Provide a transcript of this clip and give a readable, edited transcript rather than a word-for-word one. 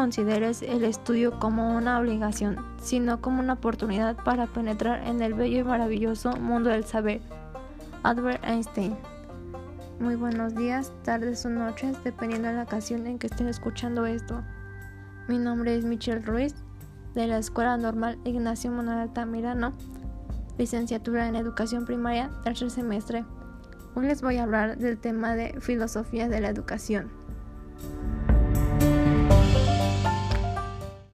consideres el estudio como una obligación, sino como una oportunidad para penetrar en el bello y maravilloso mundo del saber. Albert Einstein. Muy buenos días, tardes o noches, dependiendo de la ocasión en que estén escuchando esto. Mi nombre es Michelle Ruiz, de la Escuela Normal Ignacio Manuel Altamirano, licenciatura en Educación Primaria, tercer semestre. Hoy les voy a hablar del tema de filosofía de la educación.